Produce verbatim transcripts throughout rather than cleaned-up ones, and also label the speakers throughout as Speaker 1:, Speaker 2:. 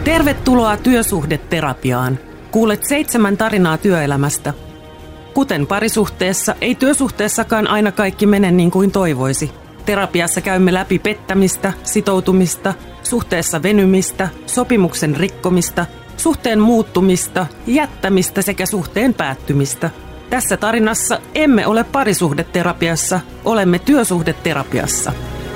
Speaker 1: Tervetuloa työsuhdeterapiaan. Kuulet seitsemän tarinaa työelämästä. Kuten parisuhteessa, ei työsuhteessakaan aina kaikki mene niin kuin toivoisi. Terapiassa käymme läpi pettämistä, sitoutumista, suhteessa venymistä, sopimuksen rikkomista, suhteen muuttumista, jättämistä sekä suhteen päättymistä. Tässä tarinassa emme ole parisuhdeterapiassa, olemme työsuhdeterapiassa.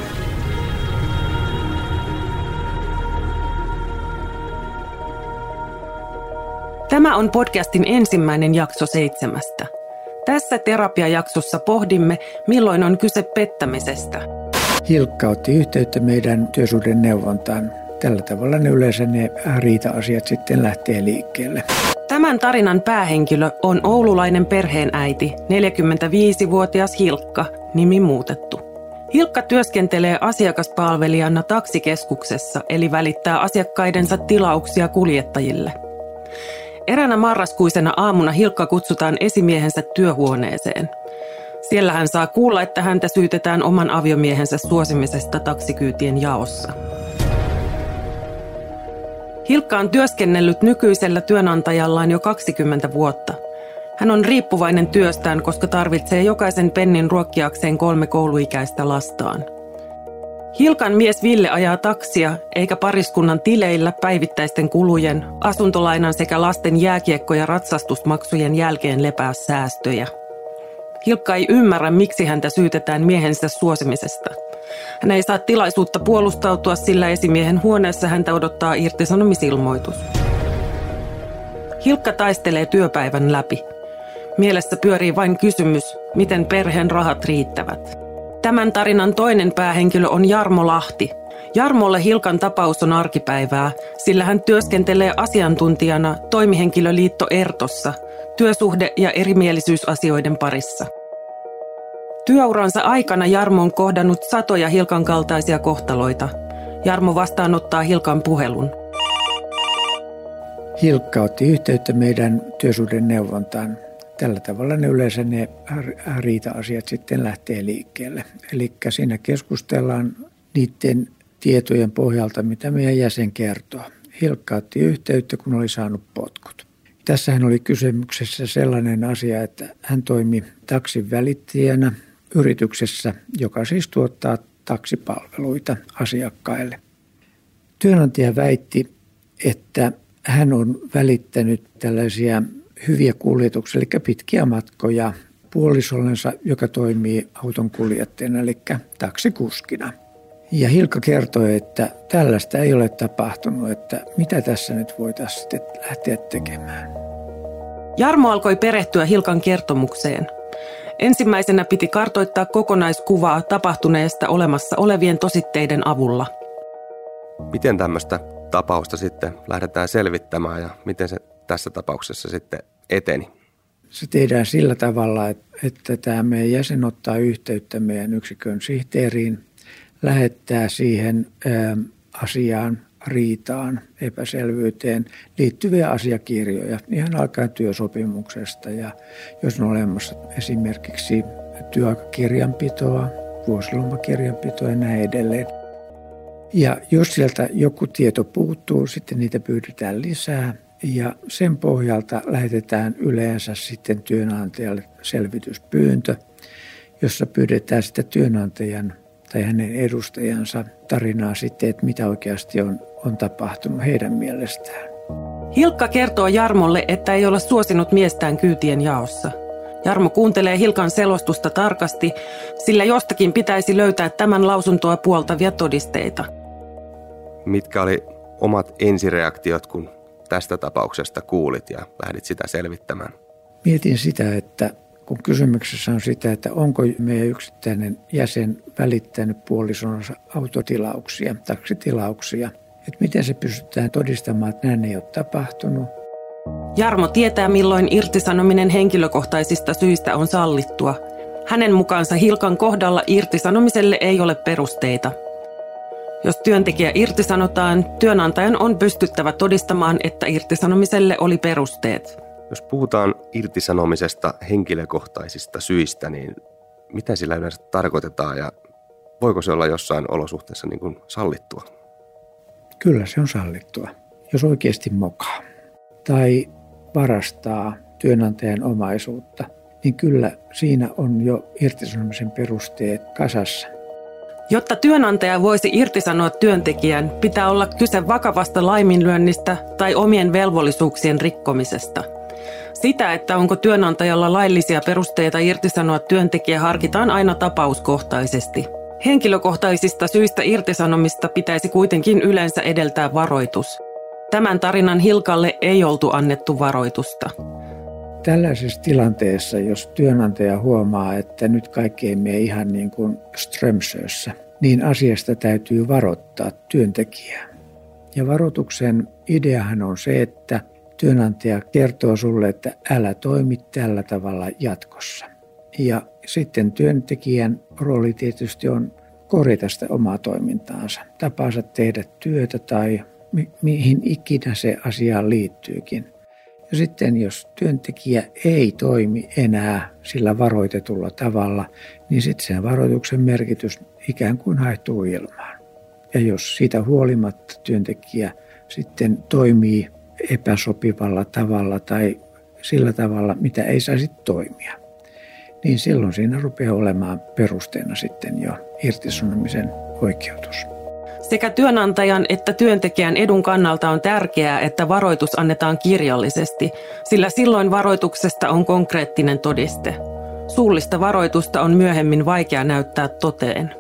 Speaker 1: Tämä on podcastin ensimmäinen jakso seitsemästä. Tässä terapiajaksossa pohdimme, milloin on kyse pettämisestä.
Speaker 2: Hilkka otti yhteyttä meidän työsuhdeneuvontaan. Tällä tavalla ne yleensä ne riita-asiat sitten lähtee liikkeelle.
Speaker 1: Tämän tarinan päähenkilö on oululainen perheenäiti, neljäkymmentäviisivuotias Hilkka, nimi muutettu. Hilkka työskentelee asiakaspalvelijana taksikeskuksessa, eli välittää asiakkaidensa tilauksia kuljettajille. Eräänä marraskuisena aamuna Hilkka kutsutaan esimiehensä työhuoneeseen. Siellä hän saa kuulla, että häntä syytetään oman aviomiehensä suosimisesta taksikyytien jaossa. Hilkka on työskennellyt nykyisellä työnantajallaan jo kaksikymmentä vuotta. Hän on riippuvainen työstään, koska tarvitsee jokaisen pennin ruokkiakseen kolme kouluikäistä lastaan. Hilkan mies Ville ajaa taksia, eikä pariskunnan tileillä päivittäisten kulujen, asuntolainan sekä lasten jääkiekko- ja ratsastusmaksujen jälkeen lepää säästöjä. Hilkka ei ymmärrä, miksi häntä syytetään miehensä suosimisesta. Hän ei saa tilaisuutta puolustautua, sillä esimiehen huoneessa häntä odottaa irtisanomisilmoitus. Hilkka taistelee työpäivän läpi. Mielessä pyörii vain kysymys, miten perheen rahat riittävät. Tämän tarinan toinen päähenkilö on Jarmo Lahti. Jarmolle Hilkan tapaus on arkipäivää, sillä hän työskentelee asiantuntijana toimihenkilöliitto Ertossa, työsuhde- ja erimielisyysasioiden parissa. Työuransa aikana Jarmo on kohdannut satoja Hilkan kaltaisia kohtaloita. Jarmo vastaanottaa Hilkan puhelun.
Speaker 2: Hilkka otti yhteyttä meidän työsuhdeneuvontaan. Tällä tavalla ne yleensä ne riita-asiat sitten lähtee liikkeelle. Eli siinä keskustellaan niiden tietojen pohjalta, mitä meidän jäsen kertoo. Hilkka otti yhteyttä, kun oli saanut potkut. Tässähän oli kysymyksessä sellainen asia, että hän toimi taksin välittäjänä yrityksessä, joka siis tuottaa taksipalveluita asiakkaille. Työnantaja väitti, että hän on välittänyt tällaisia hyviä kuljetuksia, eli pitkiä matkoja puolisollensa, joka toimii auton kuljettajana, eli taksikuskina. Ja Hilkka kertoi, että tällaista ei ole tapahtunut, että mitä tässä nyt voitaisiin sitten lähteä tekemään.
Speaker 1: Jarmo alkoi perehtyä Hilkan kertomukseen. Ensimmäisenä piti kartoittaa kokonaiskuvaa tapahtuneesta olemassa olevien tositteiden avulla.
Speaker 3: Miten tämmöistä tapausta sitten lähdetään selvittämään ja miten se tässä tapauksessa sitten eteni?
Speaker 2: Se tehdään sillä tavalla, että tämä meidän jäsen ottaa yhteyttä meidän yksikön sihteeriin, lähettää siihen asiaan, riitaan, epäselvyyteen liittyviä asiakirjoja, ihan alkaen työsopimuksesta ja jos on olemassa esimerkiksi työaikakirjanpitoa, vuosilomakirjanpitoa ja näin edelleen. Ja jos sieltä joku tieto puuttuu, sitten niitä pyydetään lisää. Ja sen pohjalta lähetetään yleensä sitten työnantajalle selvityspyyntö, jossa pyydetään sitä työnantajan tai hänen edustajansa tarinaa sitten, että mitä oikeasti on, on tapahtunut heidän mielestään.
Speaker 1: Hilkka kertoo Jarmolle, että ei ole suosinut miestään kyytien jaossa. Jarmo kuuntelee Hilkan selostusta tarkasti, sillä jostakin pitäisi löytää tämän lausuntoa puoltavia todisteita.
Speaker 3: Mitkä oli omat ensireaktiot, kun tästä tapauksesta kuulit ja lähdit sitä selvittämään?
Speaker 2: Mietin sitä, että kun kysymyksessä on sitä, että onko meidän yksittäinen jäsen välittänyt puolisonsa autotilauksia, taksitilauksia, että miten se pystytään todistamaan, että näin ei ole tapahtunut.
Speaker 1: Jarmo tietää, milloin irtisanominen henkilökohtaisista syistä on sallittua. Hänen mukaansa Hilkan kohdalla irtisanomiselle ei ole perusteita. Jos työntekijä irtisanotaan, työnantajan on pystyttävä todistamaan, että irtisanomiselle oli perusteet.
Speaker 3: Jos puhutaan irtisanomisesta henkilökohtaisista syistä, niin mitä sillä yleensä tarkoitetaan ja voiko se olla jossain olosuhteessa niin kuin sallittua?
Speaker 2: Kyllä se on sallittua. jos oikeasti mokaa tai varastaa työnantajan omaisuutta, niin kyllä siinä on jo irtisanomisen perusteet kasassa.
Speaker 1: Jotta työnantaja voisi irtisanoa työntekijän, pitää olla kyse vakavasta laiminlyönnistä tai omien velvollisuuksien rikkomisesta. Sitä, että onko työnantajalla laillisia perusteita irtisanoa työntekijä, harkitaan aina tapauskohtaisesti. Henkilökohtaisista syistä irtisanomista pitäisi kuitenkin yleensä edeltää varoitus. Tämän tarinan Hilkalle ei oltu annettu varoitusta.
Speaker 2: Tällaisessa tilanteessa, jos työnantaja huomaa, että nyt kaikki ei mene ihan niin kuin Strömsössä, niin asiasta täytyy varoittaa työntekijää. Ja varoituksen ideahan on se, että työnantaja kertoo sulle, että älä toimi tällä tavalla jatkossa. Ja sitten työntekijän rooli tietysti on korjata sitä omaa toimintaansa, tapansa tehdä työtä tai mi- mihin ikinä se asiaan liittyykin. Ja sitten jos työntekijä ei toimi enää sillä varoitetulla tavalla, niin sitten sen varoituksen merkitys ikään kuin haihtuu ilmaan. Ja jos siitä huolimatta työntekijä sitten toimii epäsopivalla tavalla tai sillä tavalla, mitä ei saisi toimia, niin silloin siinä rupeaa olemaan perusteena sitten jo irtisanomisen oikeutus.
Speaker 1: Sekä työnantajan että työntekijän edun kannalta on tärkeää, että varoitus annetaan kirjallisesti, sillä silloin varoituksesta on konkreettinen todiste. Suullista varoitusta on myöhemmin vaikea näyttää toteen.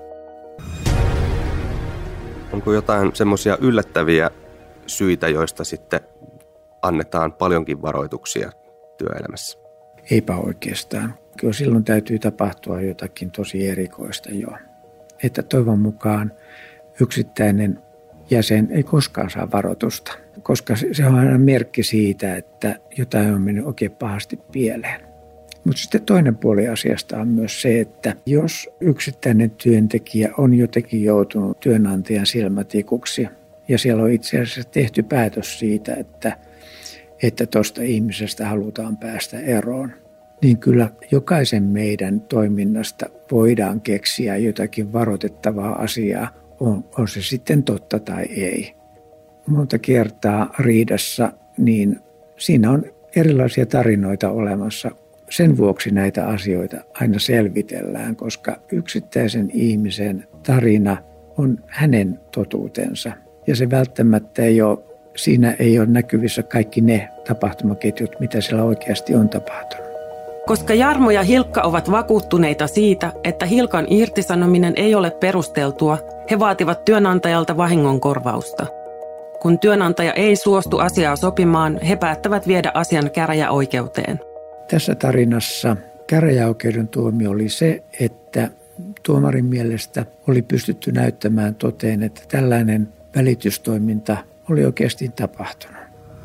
Speaker 3: Onko jotain semmoisia yllättäviä syitä, joista sitten annetaan paljonkin varoituksia työelämässä?
Speaker 2: Eipä oikeastaan. Kyllä silloin täytyy tapahtua jotakin tosi erikoista jo. Että toivon mukaan yksittäinen jäsen ei koskaan saa varoitusta, koska se on aina merkki siitä, että jotain on mennyt oikein pahasti pieleen. Mutta sitten toinen puoli asiasta on myös se, että jos yksittäinen työntekijä on jotenkin joutunut työnantajan silmätikuksi ja siellä on itse asiassa tehty päätös siitä, että että tuosta ihmisestä halutaan päästä eroon, niin kyllä jokaisen meidän toiminnasta voidaan keksiä jotakin varoitettavaa asiaa, on, on se sitten totta tai ei. Monta kertaa riidassa, niin siinä on erilaisia tarinoita olemassa. Sen vuoksi näitä asioita aina selvitellään, koska yksittäisen ihmisen tarina on hänen totuutensa. Ja se välttämättä ei ole, siinä ei ole näkyvissä kaikki ne tapahtumaketjut, mitä siellä oikeasti on tapahtunut.
Speaker 1: Koska Jarmo ja Hilkka ovat vakuuttuneita siitä, että Hilkan irtisanominen ei ole perusteltua, he vaativat työnantajalta vahingonkorvausta. Kun työnantaja ei suostu asiaa sopimaan, he päättävät viedä asian käräjäoikeuteen.
Speaker 2: Tässä tarinassa käräjäoikeuden tuomio oli se, että tuomarin mielestä oli pystytty näyttämään toteen, että tällainen välitystoiminta oli oikeasti tapahtunut.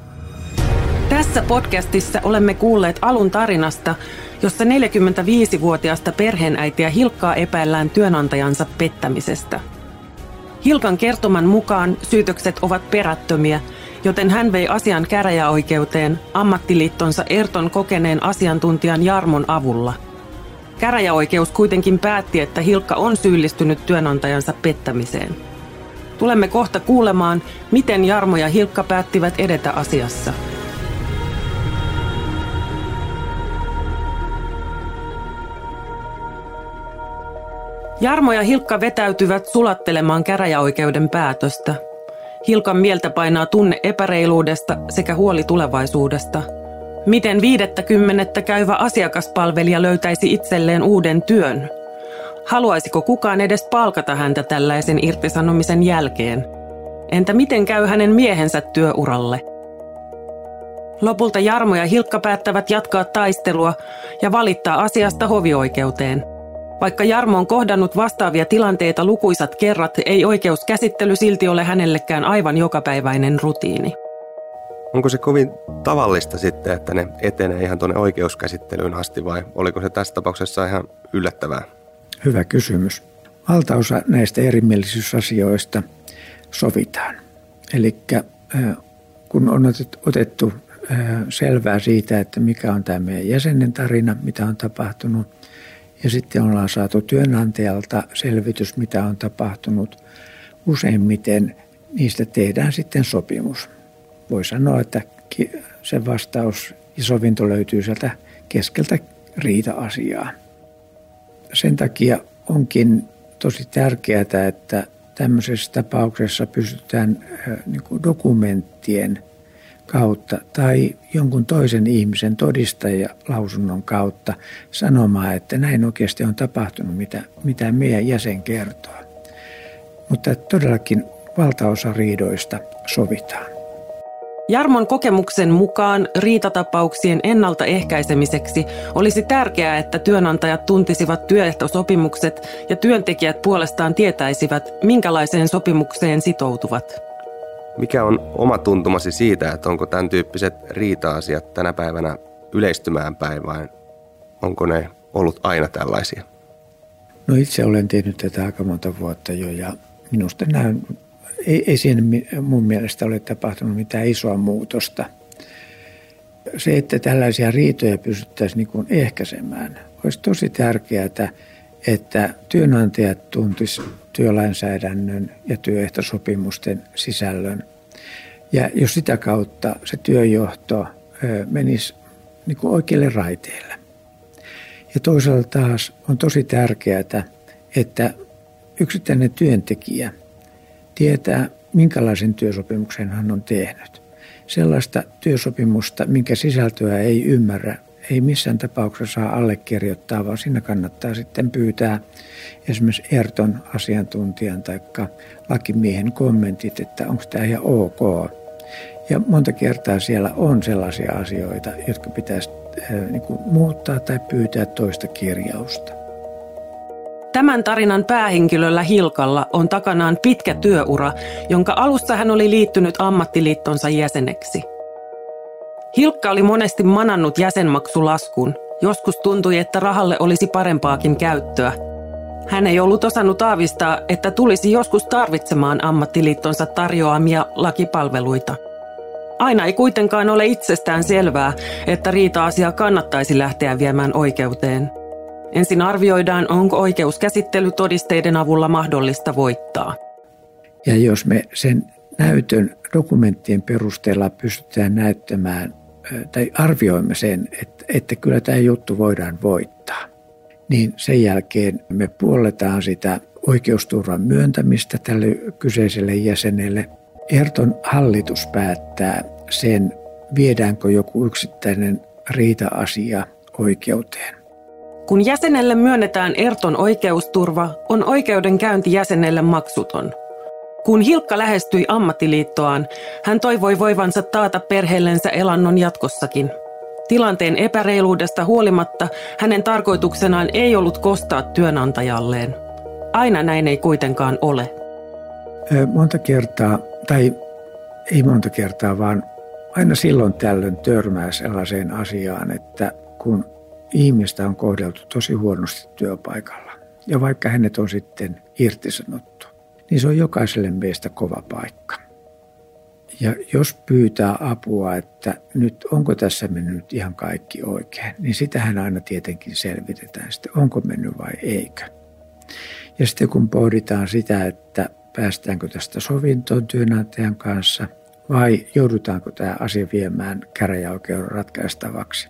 Speaker 1: Tässä podcastissa olemme kuulleet alun tarinasta, jossa neljäkymmentäviisivuotiaasta perheenäitiä Hilkkaa epäillään työnantajansa pettämisestä. Hilkan kertoman mukaan syytökset ovat perättömiä, joten hän vei asian käräjäoikeuteen ammattiliittonsa Erton kokeneen asiantuntijan Jarmon avulla. Käräjäoikeus kuitenkin päätti, että Hilkka on syyllistynyt työnantajansa pettämiseen. Tulemme kohta kuulemaan, miten Jarmo ja Hilkka päättivät edetä asiassa. Jarmo ja Hilkka vetäytyvät sulattelemaan käräjäoikeuden päätöstä. Hilkan mieltä painaa tunne epäreiluudesta sekä huoli tulevaisuudesta. Miten viidettä kymmenettä käyvä asiakaspalvelija löytäisi itselleen uuden työn? Haluaisiko kukaan edes palkata häntä tällaisen irtisanomisen jälkeen? Entä miten käy hänen miehensä työuralle? Lopulta Jarmo ja Hilkka päättävät jatkaa taistelua ja valittaa asiasta hovioikeuteen. Vaikka Jarmo on kohdannut vastaavia tilanteita lukuisat kerrat, ei oikeuskäsittely silti ole hänellekään aivan jokapäiväinen rutiini.
Speaker 3: Onko se kovin tavallista sitten, että ne etenee ihan tuonne oikeuskäsittelyyn asti vai oliko se tässä tapauksessa ihan yllättävää?
Speaker 2: Hyvä kysymys. Valtaosa näistä erimielisyysasioista sovitaan. Eli kun on otettu selvää siitä, että mikä on tämä meidän jäsenen tarina, mitä on tapahtunut, ja sitten ollaan saatu työnantajalta selvitys, mitä on tapahtunut. Useimmiten niistä tehdään sitten sopimus. voi sanoa, että se vastaus ja sovinto löytyy sieltä keskeltä riita-asiaa. Sen takia onkin tosi tärkeää, että tämmöisessä tapauksessa pystytään niin kuin dokumenttien kautta tai jonkun toisen ihmisen todistajalausunnon kautta sanomaan, että näin oikeasti on tapahtunut, mitä, mitä meidän jäsen kertoo. Mutta todellakin valtaosa riidoista sovitaan.
Speaker 1: Jarmon kokemuksen mukaan riitatapauksien ennaltaehkäisemiseksi olisi tärkeää, että työnantajat tuntisivat työehtosopimukset ja työntekijät puolestaan tietäisivät, minkälaiseen sopimukseen sitoutuvat.
Speaker 3: Mikä on oma tuntumasi siitä, että onko tämän tyyppiset riita-asiat tänä päivänä yleistymään päin vai onko ne ollut aina tällaisia?
Speaker 2: No itse olen tehnyt tätä aika monta vuotta jo ja minusta nämä, ei, ei siinä mun mielestä ole tapahtunut mitään isoa muutosta. Se, että tällaisia riitoja pystyttäisiin niin kuin ehkäisemään, olisi tosi tärkeää, että työnantajat tuntisivat työlainsäädännön ja työehtosopimusten sisällön. Ja jos sitä kautta se työjohto menisi niin kuin oikeille raiteille. Ja toisaalta taas on tosi tärkeää, että yksittäinen työntekijä tietää, minkälaisen työsopimuksen hän on tehnyt. Sellaista työsopimusta, minkä sisältöä ei ymmärrä, ei missään tapauksessa saa allekirjoittaa, vaan siinä kannattaa sitten pyytää esimerkiksi ERTOn asiantuntijan tai lakimiehen kommentit, että onko tämä ihan ok. Ja monta kertaa siellä on sellaisia asioita, jotka pitäisi niin kuin muuttaa tai pyytää toista kirjausta.
Speaker 1: Tämän tarinan päähenkilöllä Hilkalla on takanaan pitkä työura, jonka alussa hän oli liittynyt ammattiliittonsa jäseneksi. Hilkka oli monesti manannut jäsenmaksulaskun. Joskus tuntui, että rahalle olisi parempaakin käyttöä. Hän ei ollut osannut aavistaa, että tulisi joskus tarvitsemaan ammattiliittonsa tarjoamia lakipalveluita. Aina ei kuitenkaan ole itsestään selvää, että riita-asiaa kannattaisi lähteä viemään oikeuteen. Ensin arvioidaan, onko oikeuskäsittely todisteiden avulla mahdollista voittaa.
Speaker 2: Ja jos me sen näytön dokumenttien perusteella pystytään näyttämään tai arvioimme sen, että, että kyllä tämä juttu voidaan voittaa, niin sen jälkeen me puolletaan sitä oikeusturvan myöntämistä tälle kyseiselle jäsenelle. ERTOn hallitus päättää sen, viedäänkö joku yksittäinen riita-asia oikeuteen.
Speaker 1: Kun jäsenelle myönnetään ERTOn oikeusturva, on oikeudenkäynti jäsenelle maksuton. Kun Hilkka lähestyi ammattiliittoaan, hän toivoi voivansa taata perheellensä elannon jatkossakin. Tilanteen epäreiluudesta huolimatta hänen tarkoituksenaan ei ollut kostaa työnantajalleen. Aina näin ei kuitenkaan ole.
Speaker 2: Monta kertaa, tai ei monta kertaa, vaan aina silloin tällöin törmää sellaiseen asiaan, että kun ihmistä on kohdeltu tosi huonosti työpaikalla, ja vaikka hänet on sitten irtisanottu, niin se on jokaiselle meistä kova paikka. Ja jos pyytää apua, että nyt onko tässä mennyt ihan kaikki oikein, niin sitähän aina tietenkin selvitetään, sitten onko mennyt vai eikö. Ja sitten kun pohditaan sitä, että päästäänkö tästä sovintoon työnantajan kanssa vai joudutaanko tämä asia viemään käräjäoikeuden ratkaistavaksi.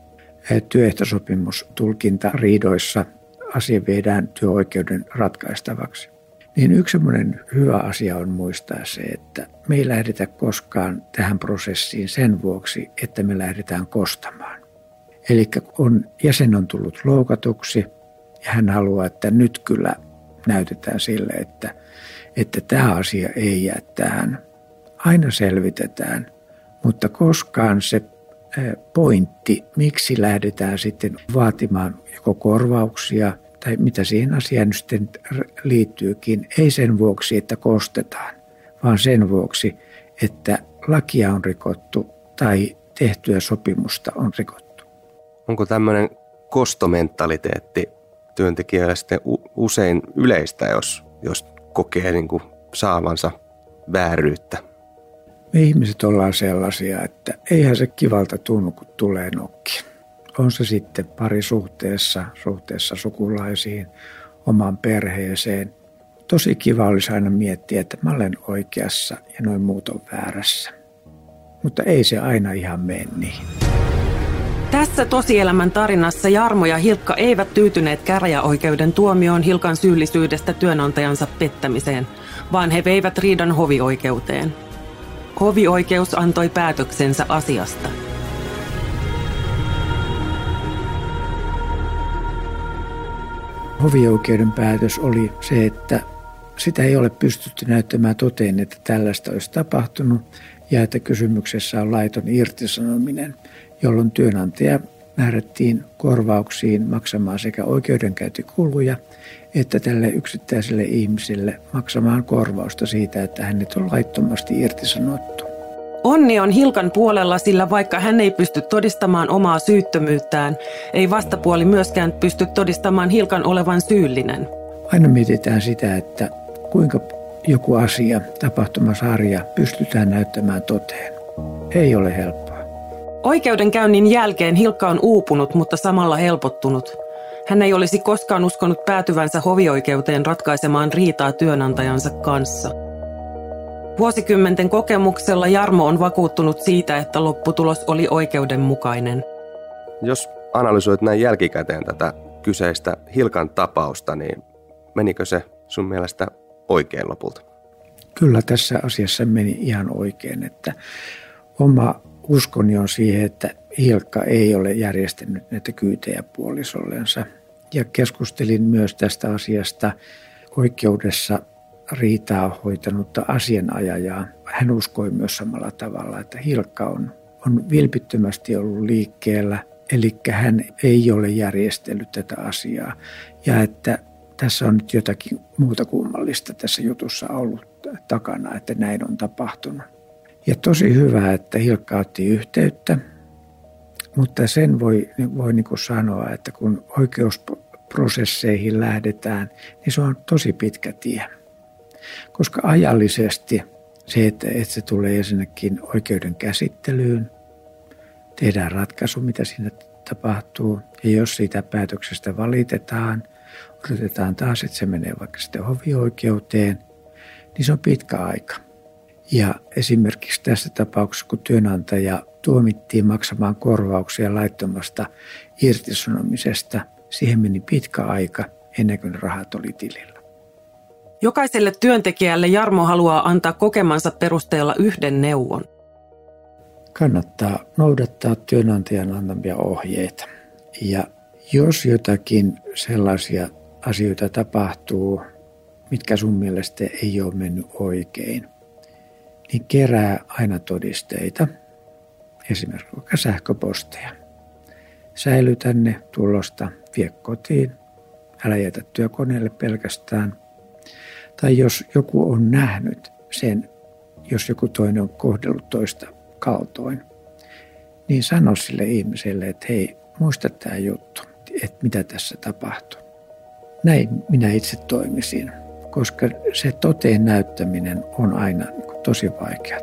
Speaker 2: Työehtosopimustulkinta riidoissa asia viedään työoikeuden ratkaistavaksi. Niin yksi semmoinen hyvä asia on muistaa se, että me ei lähdetä koskaan tähän prosessiin sen vuoksi, että me lähdetään kostamaan. Eli on, jäsen on tullut loukatuksi ja hän haluaa, että nyt kyllä näytetään sille, että, että tämä asia ei jää tähän. Aina selvitetään, mutta koskaan se pointti, miksi lähdetään sitten vaatimaan joko korvauksia tai mitä siihen asiaan nyt sitten liittyykin, ei sen vuoksi, että kostetaan, vaan sen vuoksi, että lakia on rikottu tai tehtyä sopimusta on rikottu.
Speaker 3: Onko tämmöinen kostomentaliteetti työntekijöillä sitten usein yleistä, jos, jos kokee niin kuin saavansa vääryyttä?
Speaker 2: Me ihmiset ollaan sellaisia, että eihän se kivalta tunnu, kun tulee nokki. On se sitten parisuhteessa, suhteessa sukulaisiin, omaan perheeseen. Tosi kiva olisi aina miettiä, että mä olen oikeassa ja noin muut on väärässä. mutta ei se aina ihan mene niin.
Speaker 1: Tässä tosielämän tarinassa Jarmo ja Hilkka eivät tyytyneet käräjäoikeuden tuomioon Hilkan syyllisyydestä työnantajansa pettämiseen, vaan he veivät riidan hovioikeuteen. Hovioikeus antoi päätöksensä asiasta.
Speaker 2: Hovioikeuden päätös oli se, että sitä ei ole pystytty näyttämään toteen, että tällaista olisi tapahtunut ja että kysymyksessä on laiton irtisanominen, jolloin työnantaja määrättiin korvauksiin maksamaan sekä oikeudenkäyntikuluja että tälle yksittäiselle ihmiselle maksamaan korvausta siitä, että hänet on laittomasti irtisanottu.
Speaker 1: Onni on Hilkan puolella, sillä vaikka hän ei pysty todistamaan omaa syyttömyyttään, ei vastapuoli myöskään pysty todistamaan Hilkan olevan syyllinen.
Speaker 2: Aina mietitään sitä, että kuinka joku asia, tapahtumasarja pystytään näyttämään toteen. Ei ole helppoa.
Speaker 1: Oikeudenkäynnin jälkeen Hilkka on uupunut, mutta samalla helpottunut. Hän ei olisi koskaan uskonut päätyvänsä hovioikeuteen ratkaisemaan riitaa työnantajansa kanssa. Vuosikymmenten kokemuksella Jarmo on vakuuttunut siitä, että lopputulos oli oikeudenmukainen.
Speaker 3: Jos analysoit näin jälkikäteen tätä kyseistä Hilkan tapausta, niin menikö se sun mielestä oikein lopulta?
Speaker 2: Kyllä tässä asiassa meni ihan oikein, että oma uskoni on siihen, että Hilkka ei ole järjestänyt näitä kyytejä puolisollensa. Ja keskustelin myös tästä asiasta oikeudessa riitaa hoitanutta asianajajaa. Hän uskoi myös samalla tavalla, että Hilkka on, on vilpittömästi ollut liikkeellä, eli hän ei ole järjestellyt tätä asiaa. Ja että tässä on nyt jotakin muuta kummallista tässä jutussa ollut takana, että näin on tapahtunut. Ja tosi hyvä, että Hilkka otti yhteyttä, mutta sen voi, voi niin kuin sanoa, että kun oikeusprosesseihin lähdetään, niin se on tosi pitkä tie. Koska ajallisesti se, että, että se tulee ensinnäkin oikeuden käsittelyyn, tehdään ratkaisu, mitä siinä tapahtuu, ja jos siitä päätöksestä valitetaan, odotetaan taas, että se menee vaikka sitten hovioikeuteen, niin se on pitkä aika. Ja esimerkiksi tässä tapauksessa, kun työnantaja tuomittiin maksamaan korvauksia laittomasta irtisanomisesta, siihen meni pitkä aika ennen kuin rahat oli tilillä.
Speaker 1: Jokaiselle työntekijälle Jarmo haluaa antaa kokemansa perusteella yhden neuvon.
Speaker 2: Kannattaa noudattaa työnantajan antamia ohjeita. Ja jos jotakin sellaisia asioita tapahtuu, mitkä sun mielestä ei ole mennyt oikein, niin kerää aina todisteita, esimerkiksi vaikka sähköposteja. Säilytä ne tulosta, vie kotiin, älä jätä työkoneelle pelkästään. Tai jos joku on nähnyt sen, jos joku toinen on kohdellut toista kaltoin, niin sano sille ihmiselle, että hei, muista tämä juttu, että mitä tässä tapahtuu. Näin minä itse toimisin, koska se toteen näyttäminen on aina tosi vaikeaa.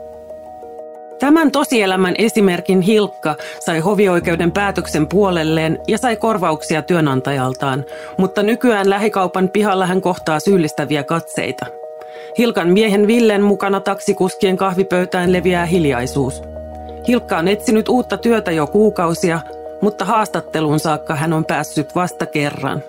Speaker 1: Tämän tosielämän esimerkin Hilkka sai hovioikeuden päätöksen puolelleen ja sai korvauksia työnantajaltaan, mutta nykyään lähikaupan pihalla hän kohtaa syyllistäviä katseita. Hilkan miehen Villen mukana taksikuskien kahvipöytään leviää hiljaisuus. Hilkka on etsinyt uutta työtä jo kuukausia, mutta haastatteluun saakka hän on päässyt vasta kerran.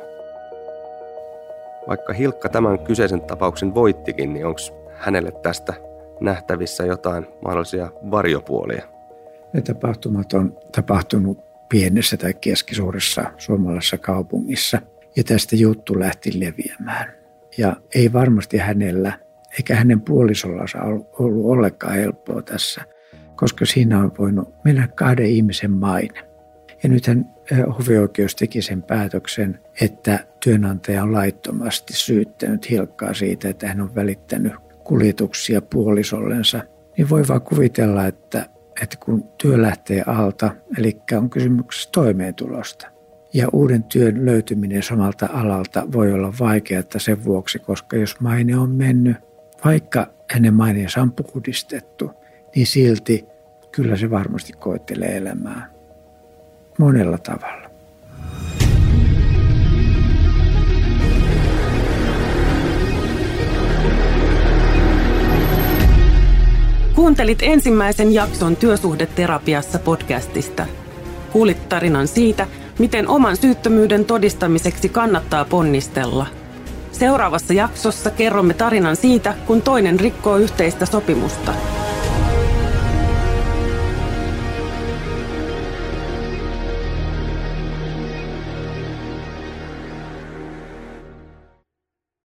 Speaker 3: Vaikka Hilkka tämän kyseisen tapauksen voittikin, niin onko hänelle tästä nähtävissä jotain mahdollisia varjopuolia?
Speaker 2: Ne tapahtumat on tapahtunut pienessä tai keskisuuressa suomalaisessa kaupungissa ja tästä juttu lähti leviämään. Ja ei varmasti hänellä eikä hänen puolisollansa ollut ollenkaan helppoa tässä, koska siinä on voinut mennä kahden ihmisen maine. Ja nythän hovioikeus teki sen päätöksen, että työnantaja on laittomasti syyttänyt Hilkkaa siitä, että hän on välittänyt kuljetuksia puolisollensa. Niin voi vaan kuvitella, että, että kun työ lähtee alta, eli on kysymyksessä toimeentulosta, ja uuden työn löytyminen samalta alalta voi olla vaikeaa sen vuoksi, koska jos maine on mennyt, vaikka hänen maineensa on puhdistettu, niin silti kyllä se varmasti koettelee elämää monella tavalla.
Speaker 1: Kuuntelit ensimmäisen jakson Työsuhdeterapiassa podcastista. Kuulit tarinan siitä, miten oman syyttömyyden todistamiseksi kannattaa ponnistella. Seuraavassa jaksossa kerromme tarinan siitä, kun toinen rikkoo yhteistä sopimusta.